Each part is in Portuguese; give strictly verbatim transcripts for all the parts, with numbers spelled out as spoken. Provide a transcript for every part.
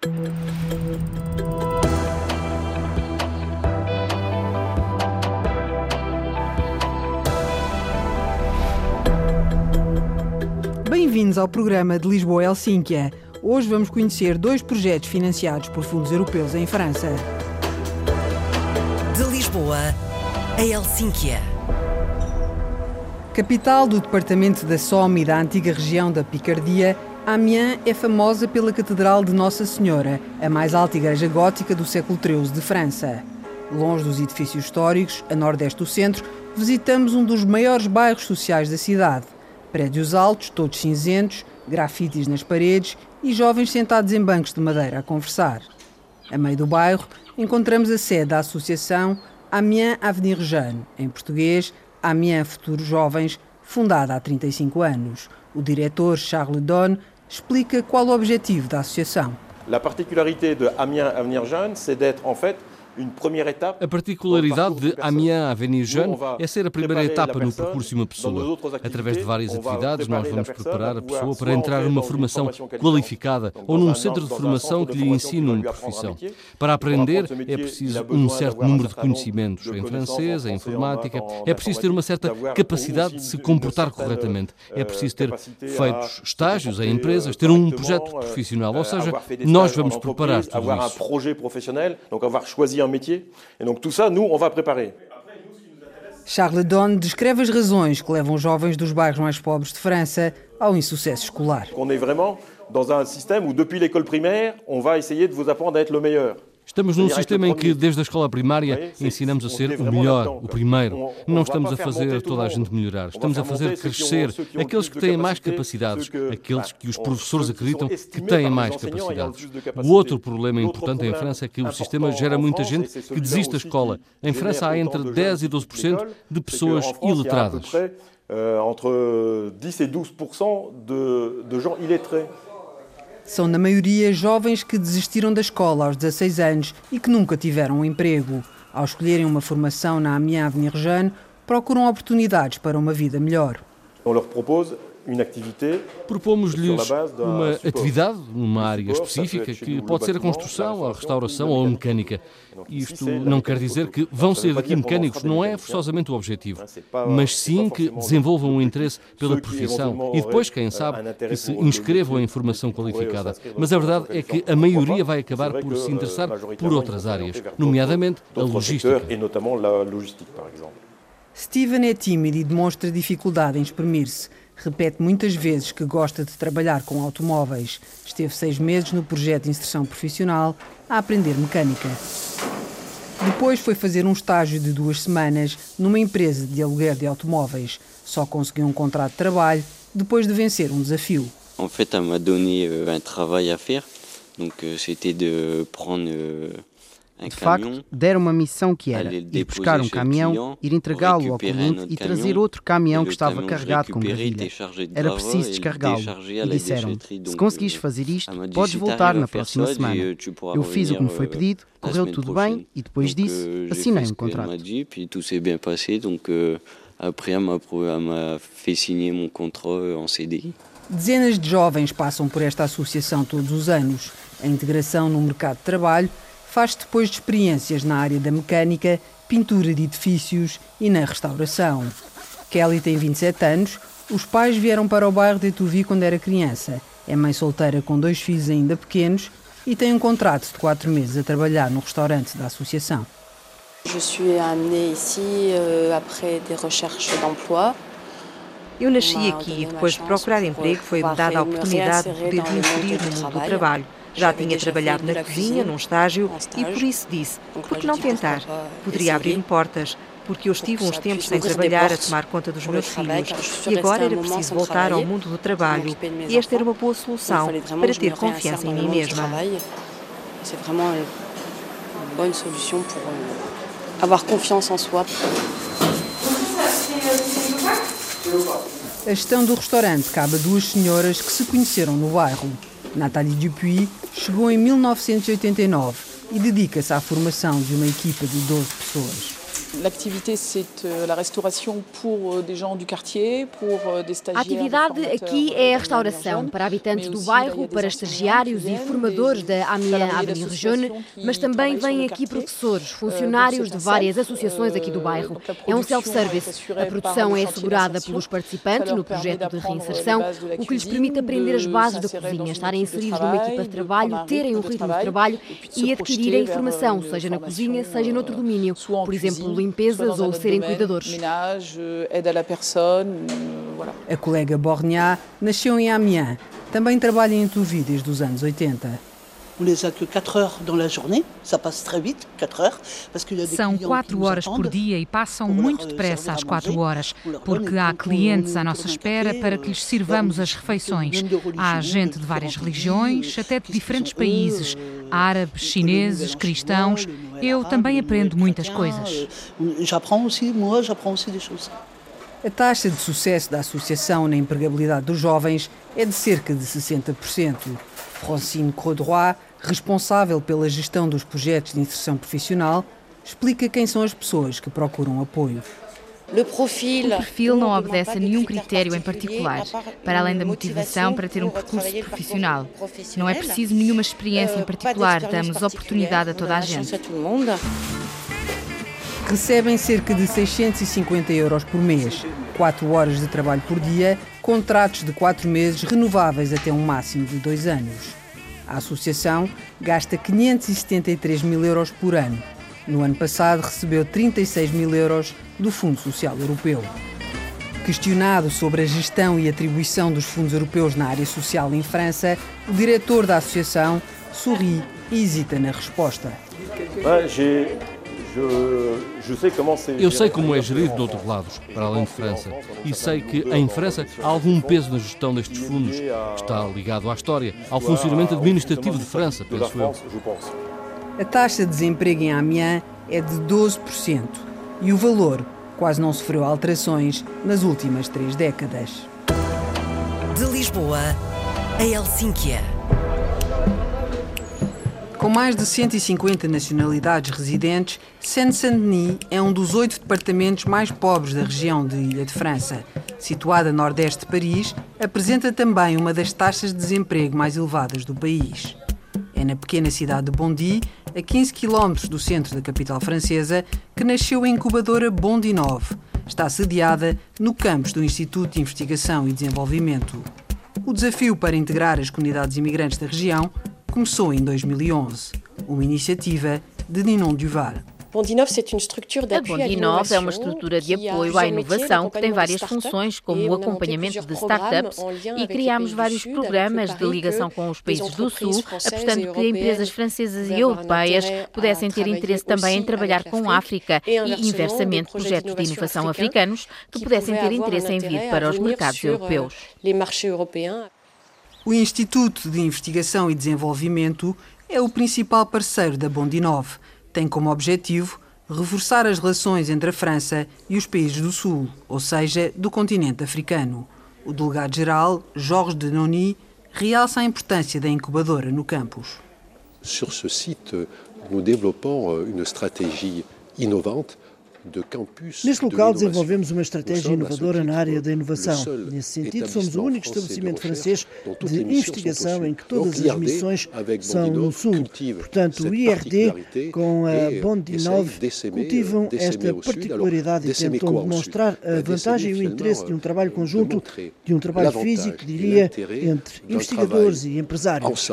Bem-vindos ao programa de Lisboa-Helsínquia. Hoje vamos conhecer dois projetos financiados por fundos europeus em França. De Lisboa a Helsínquia. Capital do departamento da Somme e da antiga região da Picardia, Amiens é famosa pela Catedral de Nossa Senhora, a mais alta igreja gótica do século treze de França. Longe dos edifícios históricos, a nordeste do centro, visitamos um dos maiores bairros sociais da cidade. Prédios altos, todos cinzentos, grafites nas paredes e jovens sentados em bancos de madeira a conversar. A meio do bairro, encontramos a sede da associação Amiens Avenir Jeune, em português, Amiens Futuros Jovens, fundada há trinta e cinco anos. O diretor Charles Donne explica qual o objetivo da associação. A particularidade de Amiens Avenir Jeune é d'être, en fait, A particularidade de Amiens Avenir Jeune é ser a primeira etapa no percurso de uma pessoa. Através de várias atividades, nós vamos preparar a pessoa para entrar numa formação qualificada ou num centro de formação que lhe ensine uma profissão. Para aprender, é preciso um certo número de conhecimentos em francês, em informática, é preciso ter uma certa capacidade de se comportar corretamente, é preciso ter feito estágios em empresas, ter um projeto profissional, ou seja, nós vamos preparar tudo isso. un métier. Et donc tout ça, nous, on va préparer. Charles Donne descreve as razões que levam os jovens dos bairros mais pobres de França ao insucesso escolar. On est vraiment dans un système où depuis l'école primaire, on va essayer de vous apprendre à être le meilleur. Estamos num sistema em que, desde a escola primária, ensinamos a ser o melhor, o primeiro. Não estamos a fazer toda a gente melhorar. Estamos a fazer crescer aqueles que têm mais capacidades, aqueles que os professores acreditam que têm mais capacidades. O outro problema importante em França é que o sistema gera muita gente que desiste da escola. Em França há entre dez e doze por cento de pessoas iletradas. Entre dez e doze por cento de gens illettrés. São, na maioria, jovens que desistiram da escola aos dezasseis anos e que nunca tiveram um emprego. Ao escolherem uma formação na Amiens Avenir Jeune, procuram oportunidades para uma vida melhor. On leur propose une activité. Propomos-lhes uma atividade numa área específica que pode ser a construção, a restauração ou a mecânica. Isto não quer dizer que vão sair daqui mecânicos, não é forçosamente o objetivo, mas sim que desenvolvam um interesse pela profissão e depois, quem sabe, que se inscrevam em formação qualificada. Mas a verdade é que a maioria vai acabar por se interessar por outras áreas, nomeadamente a logística. Steven é tímido e demonstra dificuldade em exprimir-se. Repete muitas vezes que gosta de trabalhar com automóveis. Esteve seis meses no projeto de inserção profissional a aprender mecânica. Depois foi fazer um estágio de duas semanas numa empresa de aluguer de automóveis. Só conseguiu um contrato de trabalho depois de vencer um desafio. En fait, elle m'a donné un travail à faire. Donc c'était de prendre De facto, deram uma missão que era ir buscar um caminhão, ir entregá-lo ao cliente e trazer outro caminhão que estava carregado com gravilha. Era preciso descarregá-lo. E disseram-me, se conseguires fazer isto, podes voltar na próxima semana. Eu fiz o que me foi pedido, correu tudo bem e depois disso assinei um contrato. Dezenas de jovens passam por esta associação todos os anos. A integração no mercado de trabalho faz depois de experiências na área da mecânica, pintura de edifícios e na restauração. Kelly tem vinte e sete anos, os pais vieram para o bairro de Étouville quando era criança. É mãe solteira com dois filhos ainda pequenos e tem um contrato de quatro meses a trabalhar no restaurante da associação. Je suis amenée ici après des recherches d'emploi. Eu nasci aqui e depois de procurar emprego foi-me dada a oportunidade de poder me inserir no mundo do trabalho. Já tinha trabalhado na cozinha, num estágio, e por isso disse, por que não tentar? Poderia abrir-me portas, porque eu estive uns tempos sem trabalhar a tomar conta dos meus filhos e agora era preciso voltar ao mundo do trabalho e esta era uma boa solução para ter confiança em mim mesma. C'est vraiment une bonne solution pour avoir confiance en soi. A gestão do restaurante cabe a duas senhoras que se conheceram no bairro. Nathalie Dupuis chegou em mil novecentos e oitenta e nove e dedica-se à formação de uma equipa de doze pessoas. A atividade aqui é a restauração para habitantes do bairro, para estagiários e formadores da Amiens Avenue Jeune, mas também vêm aqui professores, funcionários de várias associações aqui do bairro. É um self-service. A produção é assegurada pelos participantes no projeto de reinserção, o que lhes permite aprender as bases da cozinha, estarem inseridos numa equipa de trabalho, terem um ritmo de trabalho e adquirirem informação, seja na cozinha, seja noutro domínio, por exemplo, limpezas ou serem cuidadores. A colega Borgnat nasceu em Amiens, também trabalha em Touvi desde os anos oitenta. São quatro horas por dia e passam muito depressa às quatro horas, porque há clientes à nossa espera para que lhes sirvamos as refeições. Há gente de várias religiões, até de diferentes países, árabes, chineses, cristãos. Eu também aprendo muitas coisas. A taxa de sucesso da associação na empregabilidade dos jovens é de cerca de sessenta por cento. Francine Crodroy, responsável pela gestão dos projetos de inserção profissional, explica quem são as pessoas que procuram apoio. O perfil não obedece a nenhum critério em particular, para além da motivação para ter um percurso profissional. Não é preciso nenhuma experiência em particular, damos oportunidade a toda a gente. Recebem cerca de seiscentos e cinquenta euros por mês, quatro horas de trabalho por dia, contratos de quatro meses renováveis até um máximo de dois anos. A associação gasta quinhentos e setenta e três mil euros por ano. No ano passado recebeu trinta e seis mil euros do Fundo Social Europeu. Questionado sobre a gestão e atribuição dos fundos europeus na área social em França, o diretor da associação sorri e hesita na resposta. Eu sei como é gerido noutros lados, para além de França, e sei que em França há algum peso na gestão destes fundos. Está ligado à história, ao funcionamento administrativo de França, penso eu. A taxa de desemprego em Amiens é de doze por cento e o valor quase não sofreu alterações nas últimas três décadas. De Lisboa a Helsínquia. Com mais de cento e cinquenta nacionalidades residentes, Seine-Saint-Denis é um dos oito departamentos mais pobres da região de Ilha de França. Situada a nordeste de Paris, apresenta também uma das taxas de desemprego mais elevadas do país. É na pequena cidade de Bondy, a quinze quilómetros do centro da capital francesa, que nasceu a incubadora Bondinov. Está sediada no campus do Instituto de Investigação e Desenvolvimento. O desafio para integrar as comunidades imigrantes da região começou em dois mil e onze, uma iniciativa de Ninon Duval. A Bondinov é uma estrutura de apoio à inovação que tem várias funções, como o acompanhamento de startups, e criámos vários programas de ligação com os países do Sul, apostando que empresas francesas e europeias pudessem ter interesse também em trabalhar com a África e, inversamente, projetos de inovação africanos que pudessem ter interesse em vir para os mercados europeus. O Instituto de Investigação e Desenvolvimento é o principal parceiro da Bondinov. Tem como objetivo reforçar as relações entre a França e os países do Sul, ou seja, do continente africano. O delegado-geral, Georges Denoni, realça a importância da incubadora no campus. Sur ce site, nous développons une stratégie innovante. Neste local desenvolvemos uma estratégia inovadora na área da inovação. Nesse sentido, somos o único estabelecimento francês de investigação em que todas as missões são no Sul. Portanto, o I R D, com a Bondinov, cultivam esta particularidade e tentam demonstrar a vantagem e o interesse de um trabalho conjunto, de um trabalho físico, diria, entre investigadores e empresários.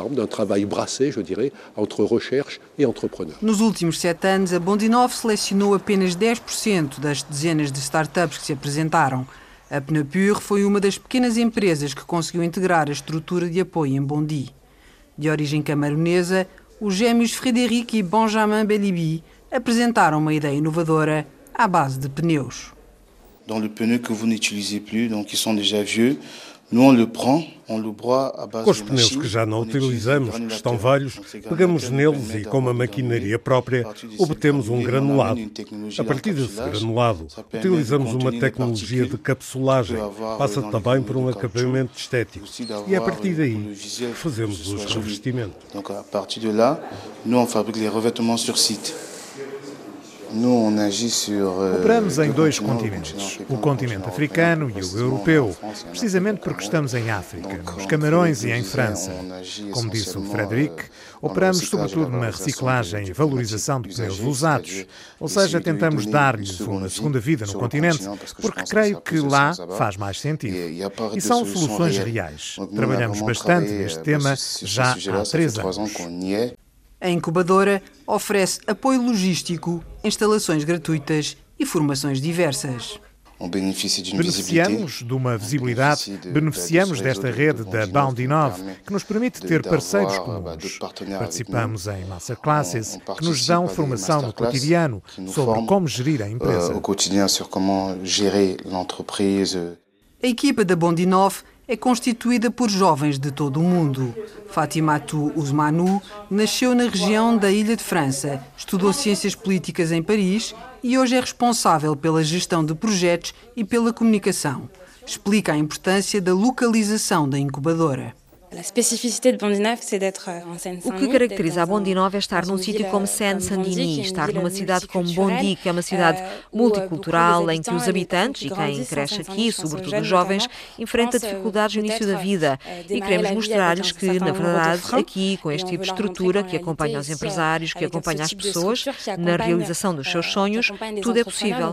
Nos últimos sete anos, a Bondinov selecionou apenas dez por cento das dezenas de startups que se apresentaram. A Pnepure foi uma das pequenas empresas que conseguiu integrar a estrutura de apoio em Bondy. De origem camaronesa, os gêmeos Frédéric e Benjamin Belibi apresentaram uma ideia inovadora à base de pneus. Dans le pneu que vous n'utilisez plus, donc qui sont déjà vieux, nous on le prend, on le broie à base de machine. Com os pneus que já não utilizamos, que estão velhos, pegamos neles e com uma maquinaria própria obtemos um granulado. A partir desse granulado, utilizamos uma tecnologia de capsulagem, passa também por um acabamento estético. E a partir daí, fazemos os revestimentos. Donc a partir de là, nous on fabrique les revêtements sur site. Operamos em dois continentes, o continente africano e o europeu, precisamente porque estamos em África, nos Camarões e em França. Como disse o Frederic, operamos sobretudo na reciclagem e valorização de pneus usados, ou seja, tentamos dar-lhes uma segunda vida no continente, porque creio que lá faz mais sentido. E são soluções reais. Trabalhamos bastante neste tema já há três anos. A incubadora oferece apoio logístico, instalações gratuitas e formações diversas. Beneficiamos de uma visibilidade, beneficiamos desta rede da Boundy nove, que nos permite ter parceiros comuns. Participamos em masterclasses que nos dão formação no cotidiano sobre como gerir a empresa. A equipa da Boundy nove é constituída por jovens de todo o mundo. Fatimatou Ousmanou nasceu na região da Ilha de França, estudou Ciências Políticas em Paris e hoje é responsável pela gestão de projetos e pela comunicação. Explica a importância da localização da incubadora. O que caracteriza a Bondi nove é estar num sítio como Seine-Saint-Denis, estar numa cidade como Bondy, que é uma cidade multicultural, em que os habitantes e quem cresce aqui, sobretudo os jovens, enfrenta dificuldades no início da vida. E queremos mostrar-lhes que, na verdade, aqui, com este tipo de estrutura que acompanha os empresários, que acompanha as pessoas na realização dos seus sonhos, tudo é possível.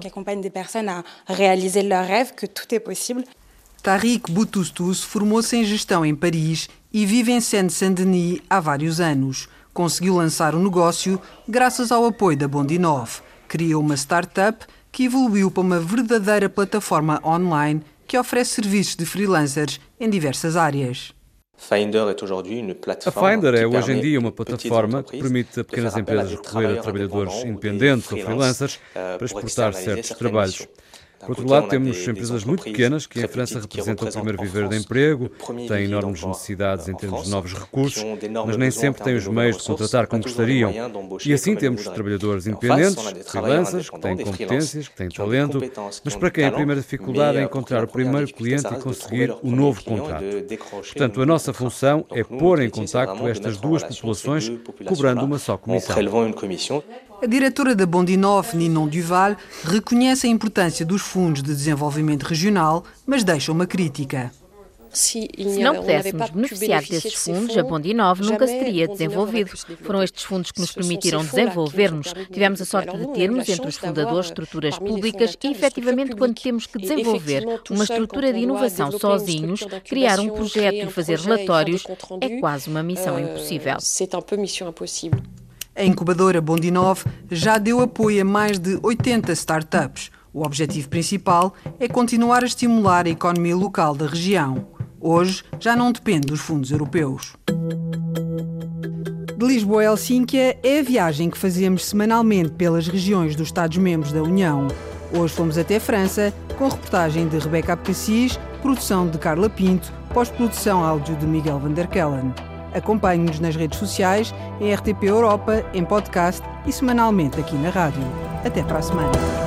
Tariq Boutoustous formou-se em gestão em Paris e vive em Seine-Saint-Denis há vários anos. Conseguiu lançar o negócio graças ao apoio da Bondi nove. Criou uma start-up que evoluiu para uma verdadeira plataforma online que oferece serviços de freelancers em diversas áreas. A Finder é hoje em dia uma plataforma que permite a pequenas empresas recorrer a trabalhadores independentes ou freelancers para exportar certos trabalhos. Por outro lado, temos empresas muito pequenas que em França representam o primeiro viveiro de emprego, têm enormes necessidades em termos de novos recursos, mas nem sempre têm os meios de contratar como gostariam. E assim temos trabalhadores independentes, freelancers, que têm competências, que têm talento, mas para quem a primeira dificuldade é encontrar o primeiro cliente e conseguir o novo contrato. Portanto, a nossa função é pôr em contacto estas duas populações, cobrando uma só comissão. A diretora da Bondi nove, Ninon Duval, reconhece a importância dos fundos de desenvolvimento regional, mas deixa uma crítica. Se não pudéssemos beneficiar desses fundos, a Bondi nove nunca se teria desenvolvido. Foram estes fundos que nos permitiram desenvolver-nos. Tivemos a sorte de termos entre os fundadores estruturas públicas e, efetivamente, quando temos que desenvolver uma estrutura de inovação sozinhos, criar um projeto e fazer relatórios é quase uma missão impossível. A incubadora Bondi nove já deu apoio a mais de oitenta startups. O objetivo principal é continuar a estimular a economia local da região. Hoje já não depende dos fundos europeus. De Lisboa a Helsínquia é a viagem que fazemos semanalmente pelas regiões dos Estados-membros da União. Hoje fomos até França, com reportagem de Rebeca Abcacis, produção de Carla Pinto, pós-produção áudio de Miguel van der Kellen. Acompanhe-nos nas redes sociais, em R T P Europa, em podcast e semanalmente aqui na rádio. Até para a semana.